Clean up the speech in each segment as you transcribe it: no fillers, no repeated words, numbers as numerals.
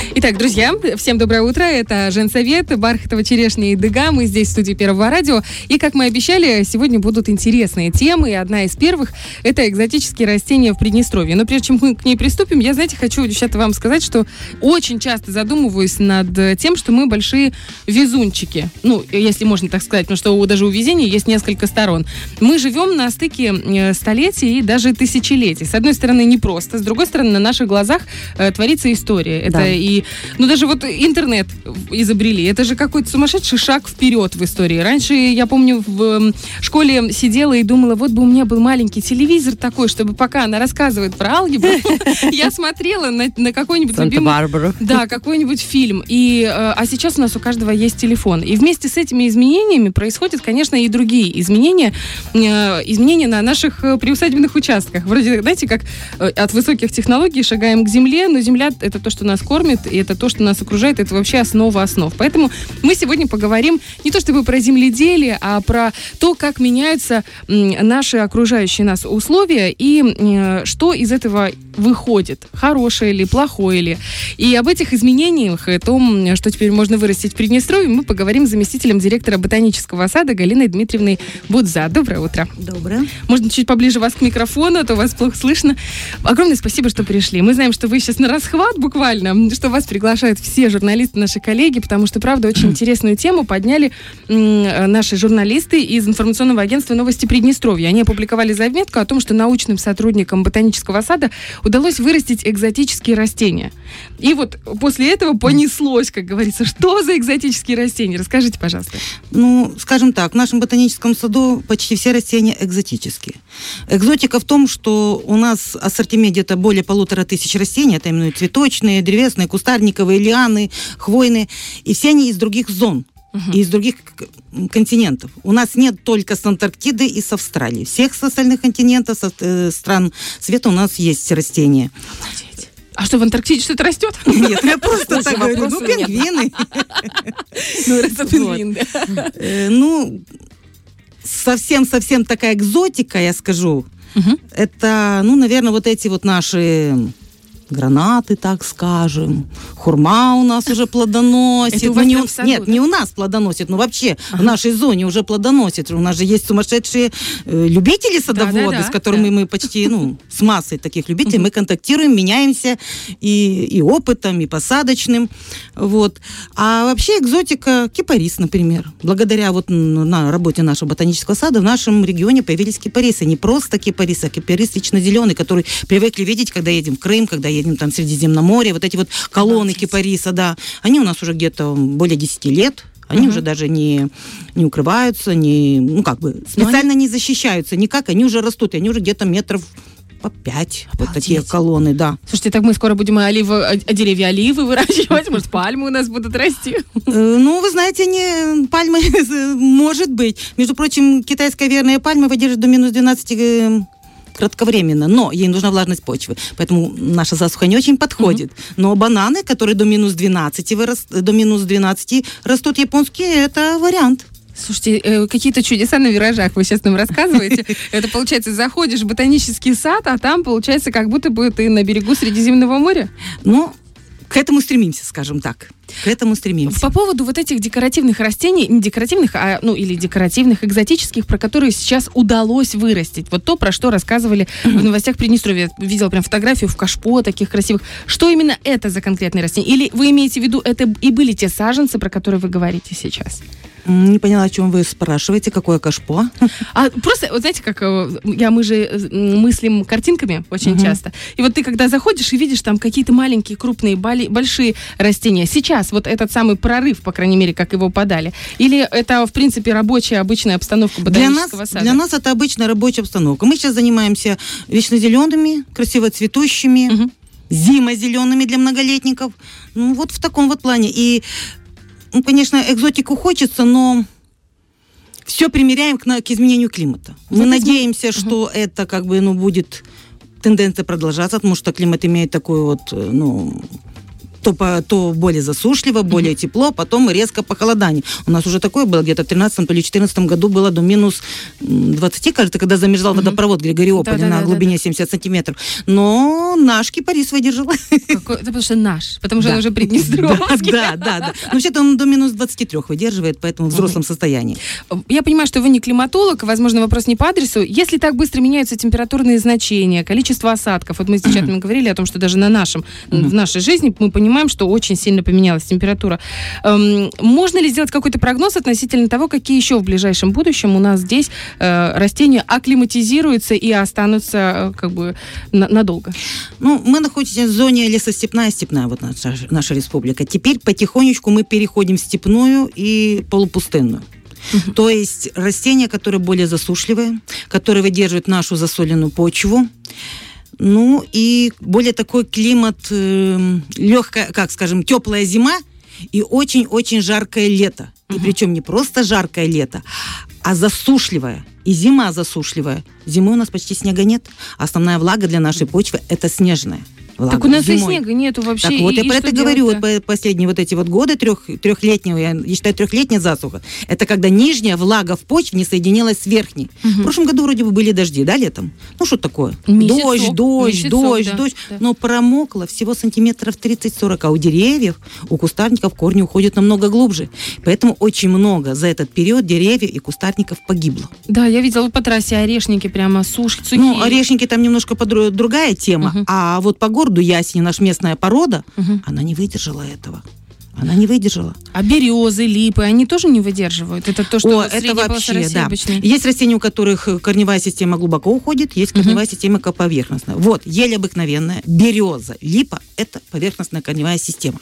Итак, друзья, всем доброе утро. Это Женсовет, Бархатова, Черешня и Дега. Мы здесь в студии Первого радио. И, как мы обещали, сегодня будут интересные темы. И одна из первых – это экзотические растения в Приднестровье. Но прежде чем мы к ней приступим, я, знаете, хочу, девчата, вам сказать, что очень часто задумываюсь над тем, что мы большие везунчики. Ну, если можно так сказать, потому что даже у везения есть несколько сторон. Мы живем на стыке столетий и даже тысячелетий. С одной стороны, непросто. С другой стороны, на наших глазах творится история. Это и... Ну, даже вот интернет изобрели. Это же какой-то сумасшедший шаг вперед в истории. Раньше, я помню, в школе сидела и думала, вот бы у меня был маленький телевизор такой, чтобы пока она рассказывает про алгебру, я смотрела на какой-нибудь любимый... Да, какой-нибудь фильм. А сейчас у нас у каждого есть телефон. И вместе с этими изменениями происходят, конечно, и другие изменения. Изменения на наших приусадебных участках. Вроде, знаете, как от высоких технологий шагаем к земле, но земля — это то, что нас кормит, и это то, что нас окружает, это вообще основа основ. Поэтому мы сегодня поговорим не то чтобы про земледелие, а про то, как меняются наши окружающие нас условия и что из этого выходит, хорошее ли, плохое ли. И об этих изменениях, и о том, что теперь можно вырастить в Приднестровье, мы поговорим с заместителем директора ботанического сада Галиной Дмитриевной Будза. Доброе утро. Доброе. Можно чуть поближе вас к микрофону, а то вас плохо слышно. Огромное спасибо, что пришли. Мы знаем, что вы сейчас на расхват буквально, что вас приглашают все журналисты, наши коллеги, потому что, правда, очень интересную тему подняли наши журналисты из информационного агентства «Новости Приднестровья». Они опубликовали заметку о том, что научным сотрудникам ботанического сада удалось вырастить экзотические растения. И вот после этого понеслось, как говорится. Что за экзотические растения? Расскажите, пожалуйста. Ну, скажем так, в нашем ботаническом саду почти все растения экзотические. Экзотика в том, что у нас ассортимент где-то более 1500 растений. Это именно цветочные, древесные, кустарниковые, лианы, хвойные. И все они из других зон. И из других континентов. У нас нет только с Антарктиды и с Австралии. Всех с остальных континентов, стран света у нас есть растения. Обалдеть. А что, в Антарктиде что-то растет? Нет, я просто так говорю. Ну, пингвины. Ну, раз это пингвин, да. Ну, совсем такая экзотика, я скажу. Это, ну, наверное, вот эти вот наши... гранаты, так скажем. Хурма у нас уже плодоносит. Это у вас прям в саду, нет, да? не у нас плодоносит, но вообще в нашей зоне уже плодоносит. У нас же есть сумасшедшие любители садоводы, с которыми мы почти, с массой таких любителей мы контактируем, меняемся и опытом, и посадочным. Вот. А вообще экзотика, кипарис, например. Благодаря вот на работе нашего ботанического сада в нашем регионе появились кипарисы. Не просто кипарис, а кипарис вечно зеленый, который привыкли видеть, когда едем в Крым, когда едем там в Средиземноморье, вот эти вот колонны кипариса, да, они у нас уже где-то более 10 лет, они уже даже не укрываются, специально не защищаются никак, они уже растут, и они уже где-то метров по 5, вот такие колонны, да. Слушайте, так мы скоро будем деревья оливы выращивать, может, пальмы у нас будут расти? Ну, вы знаете, пальмы, может быть. Между прочим, китайская верная пальма выдержит до минус 12 кратковременно, но ей нужна влажность почвы, поэтому наша засуха не очень подходит. Но бананы, которые до минус 12 растут японские, это вариант. Слушайте, какие-то чудеса на виражах вы сейчас нам рассказываете. Это, получается, заходишь в ботанический сад, а там, получается, как будто бы ты на берегу Средиземного моря? Ну, к этому стремимся, скажем так. К этому стремимся. По поводу вот этих декоративных растений, не декоративных, или декоративных, экзотических, про которые сейчас удалось вырастить. Вот то, про что рассказывали в новостях Приднестровья. Я видела прям фотографию в кашпо таких красивых. Что именно это за конкретные растения? Или вы имеете в виду, это и были те саженцы, про которые вы говорите сейчас? Не поняла, о чем вы спрашиваете, какое кашпо? Просто, вот знаете, как мы же мыслим картинками очень часто. И вот ты, когда заходишь и видишь там какие-то маленькие, крупные, большие растения. Сейчас вот этот самый прорыв, по крайней мере, как его подали. Или это, в принципе, рабочая, обычная обстановка ботанического сада? Для нас это обычная рабочая обстановка. Мы сейчас занимаемся вечно зелеными, красиво цветущими, зимозелеными для многолетников. Ну, вот в таком вот плане. И конечно, экзотику хочется, но все примеряем к изменению климата. Мы надеемся, что это будет тенденция продолжаться, потому что климат имеет такую вот, то более засушливо, более тепло, потом резко похолодание. У нас уже такое было где-то в 13 или 14 году было до минус 20, кажется, когда замерзал водопровод Григориополя на глубине 70 сантиметров. Но наш кипарис выдержал. Это потому что наш, потому что он уже приднестровский. Да. Но вообще-то он до минус 23 выдерживает, поэтому в взрослом состоянии. Я понимаю, что вы не климатолог, возможно, вопрос не по адресу. Если так быстро меняются температурные значения, количество осадков, вот мы с девчатами говорили о том, что даже в нашей жизни мы понимаем, что очень сильно поменялась температура. Можно ли сделать какой-то прогноз относительно того, какие еще в ближайшем будущем у нас здесь растения акклиматизируются и останутся как бы надолго? Ну, мы находимся в зоне лесостепная, степная, вот наша республика. Теперь потихонечку мы переходим в степную и полупустынную. То есть растения, которые более засушливые, которые выдерживают нашу засоленную почву. Ну и более такой климат, легкая, как скажем, теплая зима и очень-очень жаркое лето. И причем не просто жаркое лето, а засушливое. И зима засушливая. Зимой у нас почти снега нет. Основная влага для нашей почвы – это снежная влага. Так у нас зимой. И снега нету вообще. Так вот, я про это говорю. Вот последние вот эти вот годы, трехлетняя засуха. Это когда нижняя влага в почве не соединилась с верхней. В прошлом году вроде бы были дожди, да, летом? Ну, что такое? Дождь. Да. Но промокло всего сантиметров 30-40. А у деревьев, у кустарников корни уходят намного глубже. Поэтому очень много за этот период деревьев и кустарников погибло. Да, я видела по трассе орешники прямо сухие. Ну, орешники там немножко другая тема. А вот по городу ясень, наша местная порода, она не выдержала этого. Она не выдержала. А березы, липы, они тоже не выдерживают? Это то, что это вообще, да. Есть растения, у которых корневая система глубоко уходит, есть корневая система поверхностная. Вот, ель обыкновенная, береза, липа – это поверхностная корневая система.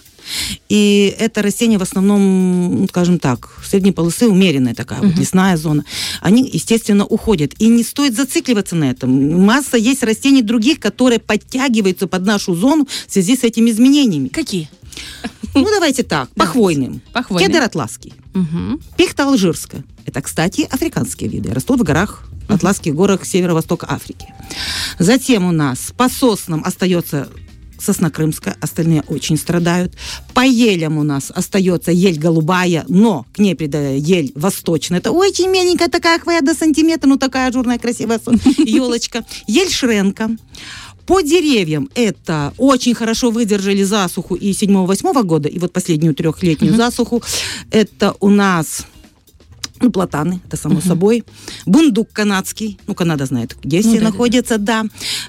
И это растение в основном, скажем так, средней полосы, умеренная такая, вот лесная зона. Они, естественно, уходят. И не стоит зацикливаться на этом. Масса есть растений других, которые подтягиваются под нашу зону в связи с этими изменениями. Какие? Ну, давайте так, по хвойным. Кедр атласский, пихта алжирская. Это, кстати, африканские виды. Растут в горах, атласских горах северо-востока Африки. Затем у нас по соснам остается сосна крымская, остальные очень страдают. По елям у нас остается ель голубая, но к ней придает ель восточная. Это очень меленькая такая хвоя до сантиметра, ну такая ажурная, красивая елочка. Ель шренка. По деревьям это очень хорошо выдержали засуху и 7-8 года, и вот последнюю трехлетнюю засуху. Это у нас платаны, это само собой. Бундук канадский, Канада знает, где все находятся, да.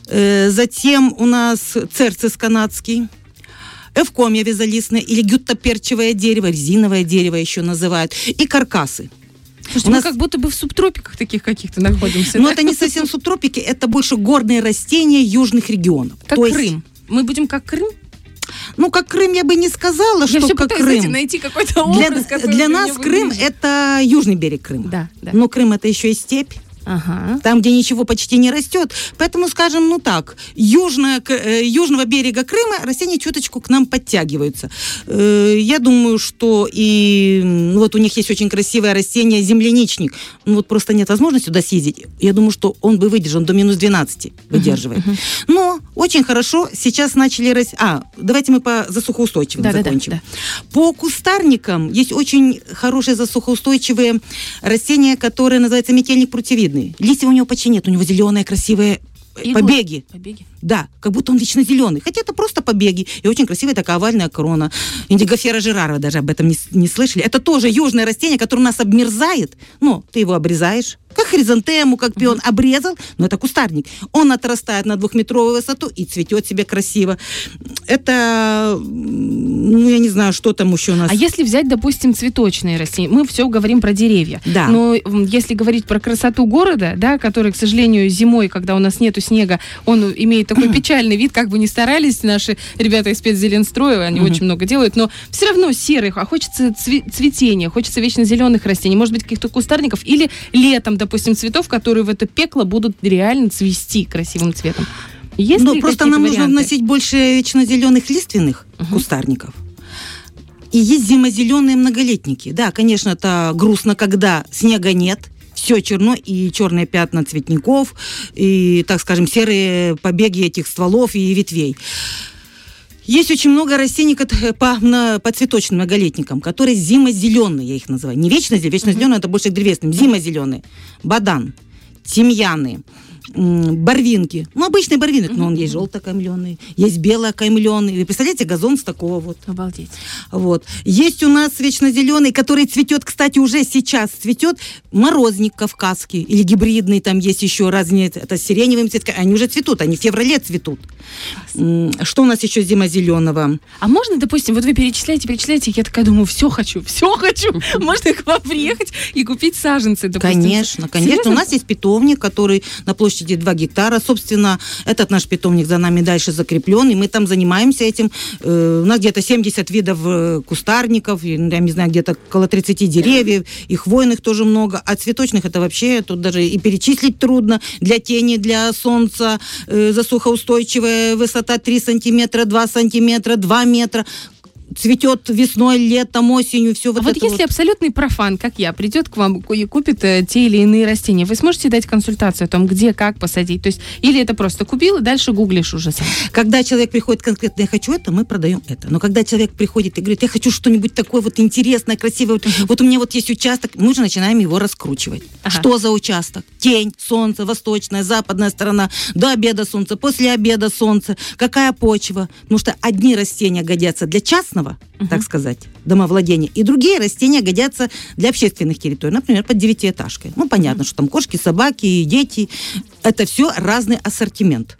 Затем у нас церцис канадский. Эвкомия вязолистная или гюттаперчевое дерево, резиновое дерево еще называют. И каркасы. Слушайте, мы как будто бы в субтропиках таких каких-то находимся. Но это не совсем субтропики, это больше горные растения южных регионов. Как Крым. Мы будем как Крым? Ну, как Крым я бы не сказала, что как Крым. Я все найти какой-то образ. Для нас Крым – это южный берег Крыма. Да. Но Крым – это еще и степь. Там, где ничего почти не растет. Поэтому, скажем, южного берега Крыма растения чуточку к нам подтягиваются. Я думаю, что и вот у них есть очень красивое растение земляничник. Вот просто нет возможности туда съездить. Я думаю, что он бы выдержал, до минус 12 выдерживает. Но очень хорошо сейчас начали расти. Давайте мы по засухоустойчивым закончим. Да. По кустарникам есть очень хорошие засухоустойчивые растения, которые называются метельник прутьевидный. Листьев у него почти нет, у него зеленые красивые побеги. Да, как будто он вечно зеленый. Хотя это просто побеги. И очень красивая такая овальная крона. Индигофера жирара, даже об этом не слышали. Это тоже южное растение, которое у нас обмерзает. Но ты его обрезаешь, как хризантему, как пион, обрезал, но это кустарник. Он отрастает на 2-метровую высоту и цветет себе красиво. Это, я не знаю, что там еще у нас. А если взять, допустим, цветочные растения, мы все говорим про деревья. Да. Но если говорить про красоту города, да, который, к сожалению, зимой, когда у нас нету снега, он имеет такой печальный вид, как бы ни старались наши ребята из спецзеленстроя, они очень много делают, но все равно серых, а хочется цветения, хочется вечно зеленых растений, может быть, каких-то кустарников, или летом, допустим, цветов, которые в это пекло будут реально цвести красивым цветом. Просто нам нужно вносить больше вечно зеленых лиственных кустарников. И есть зимозеленые многолетники. Да, конечно, это грустно, когда снега нет, все черно, и черные пятна цветников, и, так скажем, серые побеги этих стволов и ветвей. Есть очень много растений по цветочным многолетникам, которые зимозеленые, я их называю. Не вечно-зеленые, вечно-зеленые это больше к древесным. Зимозеленые. Бадан, тимьяны, барвинки. Ну, обычный барвинок, но он есть желто-окаймленный, есть бело-окаймленный. Вы представляете, газон с такого вот. Обалдеть. Вот. Есть у нас вечно-зеленый, который цветет, кстати, уже сейчас цветет, морозник кавказский или гибридный, там есть еще разные, это с сиреневым цветком. Они уже цветут, они в феврале цветут. Что у нас еще зимозеленого? А можно, допустим, вот вы перечисляете, я такая думаю, все хочу. Можно к вам приехать и купить саженцы, допустим. Конечно. Серьезно? У нас есть питомник, который на площади 2 гектара. Собственно, этот наш питомник за нами дальше закреплен, и мы там занимаемся этим. У нас где-то 70 видов кустарников, я не знаю, где-то около 30 деревьев, и хвойных тоже много, а цветочных это вообще тут даже и перечислить трудно. Для тени, для солнца, засухоустойчивая высота 3 сантиметра, 2 сантиметра, 2 метра. Цветет весной, летом, осенью, все вот это. Вот если абсолютный профан, как я, придет к вам и купит те или иные растения, вы сможете дать консультацию о том, где, как посадить? То есть, или это просто купил, и дальше гуглишь уже сам? Когда человек приходит конкретно, я хочу это, мы продаем это. Но когда человек приходит и говорит, я хочу что-нибудь такое вот интересное, красивое, вот у меня вот есть участок, мы уже начинаем его раскручивать. Что за участок? Тень, солнце, восточная, западная сторона, до обеда солнце, после обеда солнце, какая почва? Потому что одни растения годятся для частного, так сказать, домовладения, и другие растения годятся для общественных территорий, например, под 9-этажкой. Ну, понятно, что там кошки, собаки, дети. Это все разный ассортимент.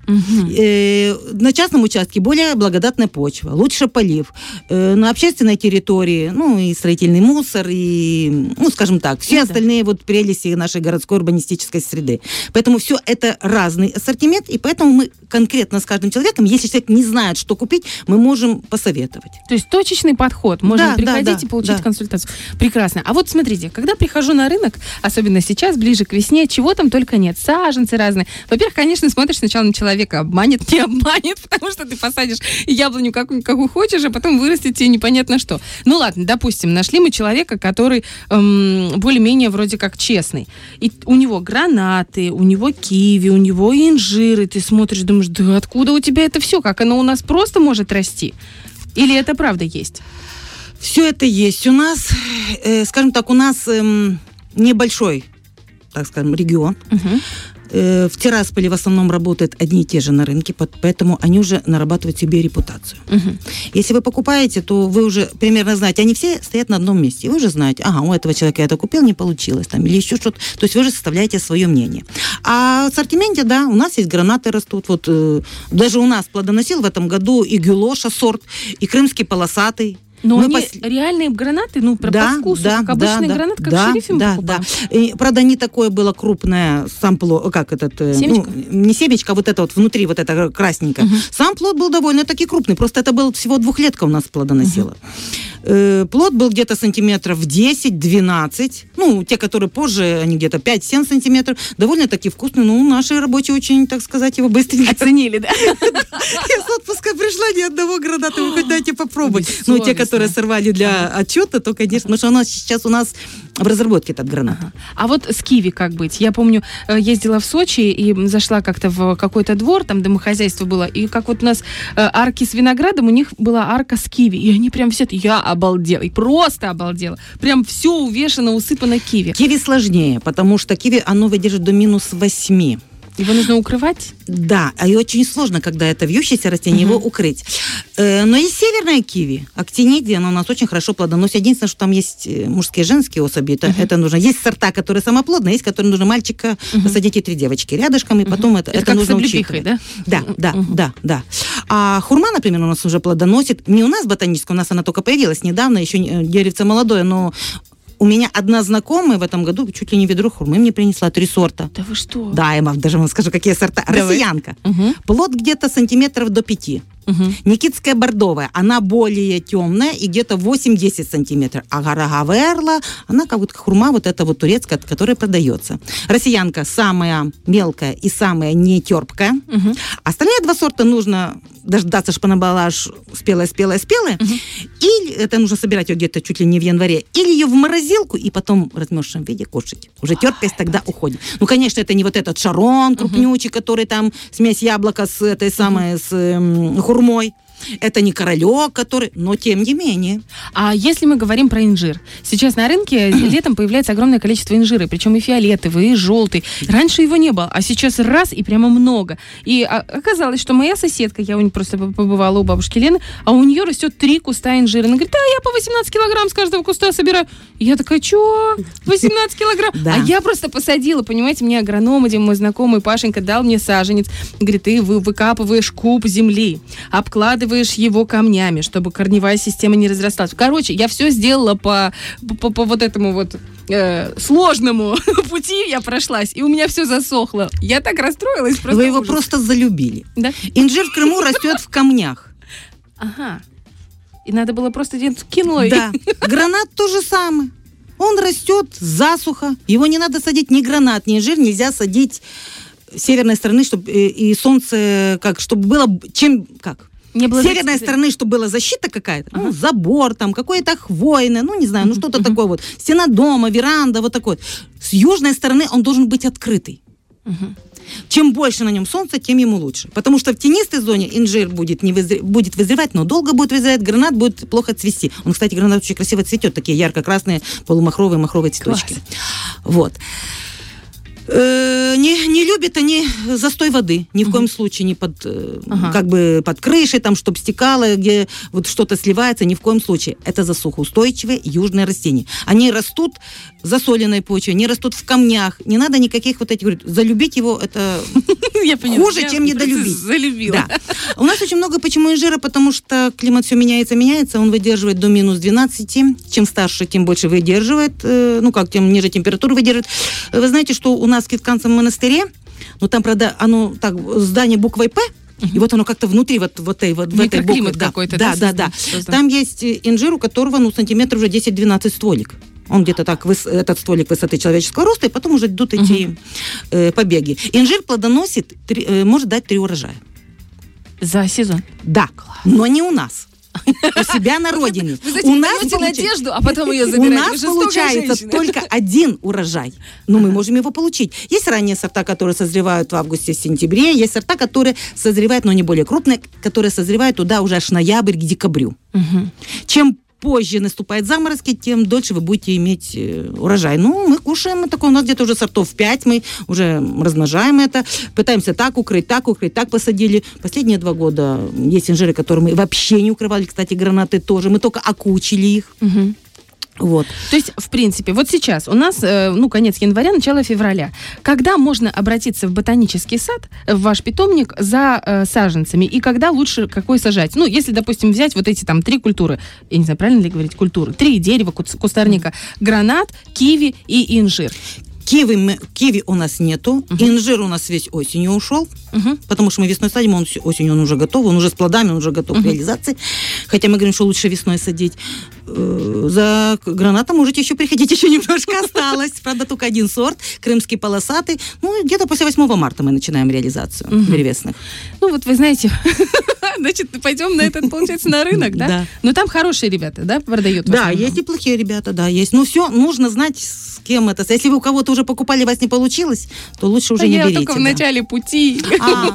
На частном участке более благодатная почва, лучше полив. На общественной территории, ну, и строительный мусор, и, ну, скажем так, все остальные вот прелести нашей городской урбанистической среды. Поэтому все это разный ассортимент, и поэтому мы конкретно с каждым человеком, если человек не знает, что купить, мы можем посоветовать. То есть точечный подход. Можно приходить и получить консультацию. Прекрасно. А вот смотрите, когда прихожу на рынок, особенно сейчас, ближе к весне, чего там только нет. Саженцы разные. Во-первых, конечно, смотришь сначала на человека, обманет, не обманет, потому что ты посадишь яблоню какую хочешь, а потом вырастет тебе непонятно что. Ну ладно, допустим, нашли мы человека, который более-менее вроде как честный. И у него гранаты, у него киви, у него инжиры. Ты смотришь, думаешь, да откуда у тебя это все? Как оно у нас просто может расти? Или это правда есть? Все это есть. У нас, скажем так, небольшой, так скажем, регион. В Тирасполе в основном работают одни и те же на рынке, поэтому они уже нарабатывают себе репутацию. Если вы покупаете, то вы уже примерно знаете, они все стоят на одном месте, и вы уже знаете, у этого человека я это купил, не получилось, там, или еще что-то. То есть вы уже составляете свое мнение. А в ассортименте, да, у нас есть гранаты растут. Вот даже у нас плодоносил в этом году и гюлоша сорт, и крымский полосатый. Но они реальные гранаты, по вкусу, как обычные гранаты, как в шерифе мы покупаем. И, правда, не такое было крупное сам плод, семечко? Не семечко, а вот это вот внутри, вот это красненькое. Сам плод был довольно-таки крупный, просто это был всего 2-летка у нас плодоносило. Плод был где-то сантиметров 10-12, те, которые позже, они где-то 5-7 сантиметров, довольно-таки вкусные, наши рабочие очень, так сказать, его быстренько оценили, да? Я с отпуска пришла, ни одного граната, вы хоть дайте попробовать. Те, которые сорвали для отчета, то, конечно, потому что она сейчас у нас в разработке этот гранат. А вот с киви как быть? Я помню, ездила в Сочи и зашла как-то в какой-то двор, там домохозяйство было, и как вот у нас арки с виноградом, у них была арка с киви, и они прям все... Я обалдела, и просто обалдела. Прям все увешано, усыпано киви. Киви сложнее, потому что киви, оно выдержит до -8. Его нужно укрывать? Да, и очень сложно, когда это вьющееся растение, его укрыть. Но есть северная киви, актинидия, она у нас очень хорошо плодоносит. Единственное, что там есть мужские и женские особи, это нужно. Есть сорта, которые самоплодные, есть, которые нужно мальчика посадить и 3 девочки рядышком, и потом это нужно учитывать. Да. А хурма, например, у нас уже плодоносит. Не у нас ботаническая, у нас она только появилась недавно, еще деревце молодое, но... У меня одна знакомая в этом году чуть ли не ведро хурмы мне принесла 3 сорта. Да вы что? Да, я даже вам скажу, какие сорта. Давай. Россиянка. Плод где-то сантиметров до 5. Никитская бордовая, она более темная и где-то 8-10 сантиметров. А Гарагаверла, она как вот хурма вот эта вот турецкая, которая продается. Россиянка самая мелкая и самая не терпкая. Остальные 2 сорта нужно дождаться, чтобы она была аж спелая. Или это нужно собирать ее где-то чуть ли не в январе. Или ее в морозилку и потом в размерзшем виде кушать. Уже терпкость тогда уходит. Конечно, это не вот этот шарон крупнючий, который там смесь яблока с этой самой, с хурмой. это не королек, который... Но тем не менее. А если мы говорим про инжир? Сейчас на рынке летом появляется огромное количество инжира, причем и фиолетовый, и желтый. Раньше его не было, а сейчас раз и прямо много. И оказалось, что моя соседка, я у нее просто побывала у бабушки Лены, а у нее растет 3 куста инжира. Она говорит, я по 18 килограмм с каждого куста собираю. И я такая, что? 18 килограмм? Да. А я просто посадила, понимаете, мне агроном, один мой знакомый Пашенька дал мне саженец. Говорит, ты выкапываешь куб земли, обкладываешь его камнями, чтобы корневая система не разрасталась. Короче, я все сделала по вот этому вот сложному пути я прошлась, и у меня все засохло. Я так расстроилась. Вы его просто залюбили. Да? Инжир в Крыму растет в камнях. Ага. И надо было просто где-то кинуть. Да. Гранат то же самое. Он растет засуха. Его не надо садить ни гранат, ни инжир. Нельзя садить с северной стороны, чтобы и солнце, чтобы было не было с северной стороны, чтобы была защита какая-то, забор там, какое-то хвойное, не знаю, что-то такое вот. Стена дома, веранда, вот такой. С южной стороны он должен быть открытый. Чем больше на нем солнца, тем ему лучше. Потому что в тенистой зоне инжир будет вызревать, но долго будет вызревать, гранат будет плохо цвести. Он, кстати, гранат очень красиво цветет, такие ярко-красные полумахровые цветочки. Класс. Вот. Не любят они застой воды. Ни в коем случае не под крышей, там, чтобы стекало, где вот что-то сливается, ни в коем случае. Это засухоустойчивые южные растения. Они растут в засоленной почве, они растут в камнях. Не надо никаких залюбить его, это хуже, чем недолюбить. Залюбила. Да. У нас очень много почему инжира, потому что климат все меняется, он выдерживает до минус 12. Чем старше, тем больше выдерживает, тем ниже температуру выдерживает. Вы знаете, что у нас в Китканском монастыре, там, правда, оно так, здание буквой «П», и вот оно как-то внутри в этой буквы. Какой-то. Да. Там есть инжир, у которого, сантиметров уже 10-12 стволик. Он где-то так, этот стволик высоты человеческого роста, и потом уже идут эти побеги. Инжир плодоносит, может дать 3 урожая. За сезон? Да, но не у нас. У себя на родине. У нас надежду, а потом ее забирать. У нас получается только 1 урожай. Но мы можем его получить. Есть ранние сорта, которые созревают в августе-сентябре. Есть сорта, которые созревают, но не более крупные, которые созревают туда уже аж ноябрь к декабрю. Чем позже наступают заморозки, тем дольше вы будете иметь урожай. Мы кушаем такое, у нас где-то уже сортов 5, мы уже размножаем это, пытаемся так укрыть, так посадили. Последние 2 года есть инжиры, которые мы вообще не укрывали, кстати, гранаты тоже, мы только окучили их. Вот. То есть, в принципе, вот сейчас у нас, конец января, начало февраля. Когда можно обратиться в ботанический сад, в ваш питомник за саженцами? И когда лучше какой сажать? Если, допустим, взять вот эти 3 культуры, я не знаю, правильно ли говорить культуры, 3 дерева, кустарника, гранат, киви и инжир. Киви у нас нету, инжир у нас весь осенью ушел, потому что мы весной садим, осенью он уже готов, он уже с плодами, он уже готов к реализации. Хотя мы говорим, что лучше весной садить. За гранатом можете еще приходить, еще немножко осталось. Правда, только 1 сорт, крымский полосатый. Где-то после 8 марта мы начинаем реализацию древесных. Вы знаете, значит, пойдем получается, на рынок, да? Да. Но там хорошие ребята, да, продают? Да, есть и плохие ребята, да, есть. Все, нужно знать, с кем это. Если вы у кого-то уже покупали, у вас не получилось, то лучше уже не берите. Я только в начале пути.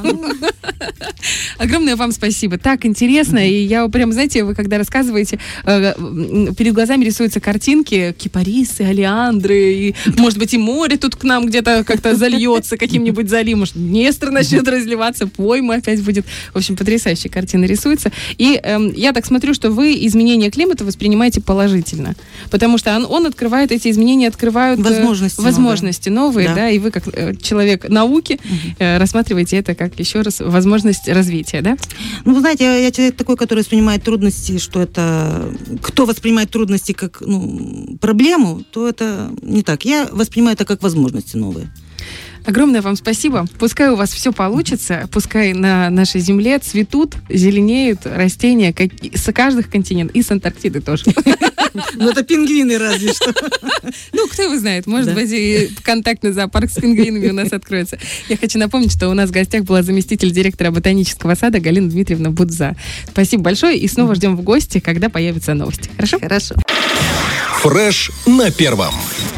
Огромное вам спасибо. Так интересно. И я прям, знаете, вы когда рассказываете, перед глазами рисуются картинки, кипарисы, олеандры, и, может быть, и море тут к нам где-то как-то зальется каким-нибудь заливом, может, Днестр начнет разливаться, пойма опять будет. В общем, потрясающая картина рисуется. И я так смотрю, что вы изменения климата воспринимаете положительно, потому что он открывает, эти изменения открывают возможности новые, да, и вы, как человек науки, рассматриваете это как, еще раз, возможность развития, да? Вы знаете, я человек такой, который воспринимает трудности, что это... Кто воспринимает трудности как проблему, то это не так. Я воспринимаю это как возможности новые. Огромное вам спасибо. Пускай у вас все получится, пускай на нашей земле цветут, зеленеют растения с каждых континентов, и с Антарктиды тоже. Это пингвины разве что. Кто его знает, может быть, и контактный зоопарк с пингвинами у нас откроется. Я хочу напомнить, что у нас в гостях была заместитель директора ботанического сада Галина Дмитриевна Будза. Спасибо большое, и снова ждем в гости, когда появятся новости. Хорошо? Хорошо. Фреш на первом.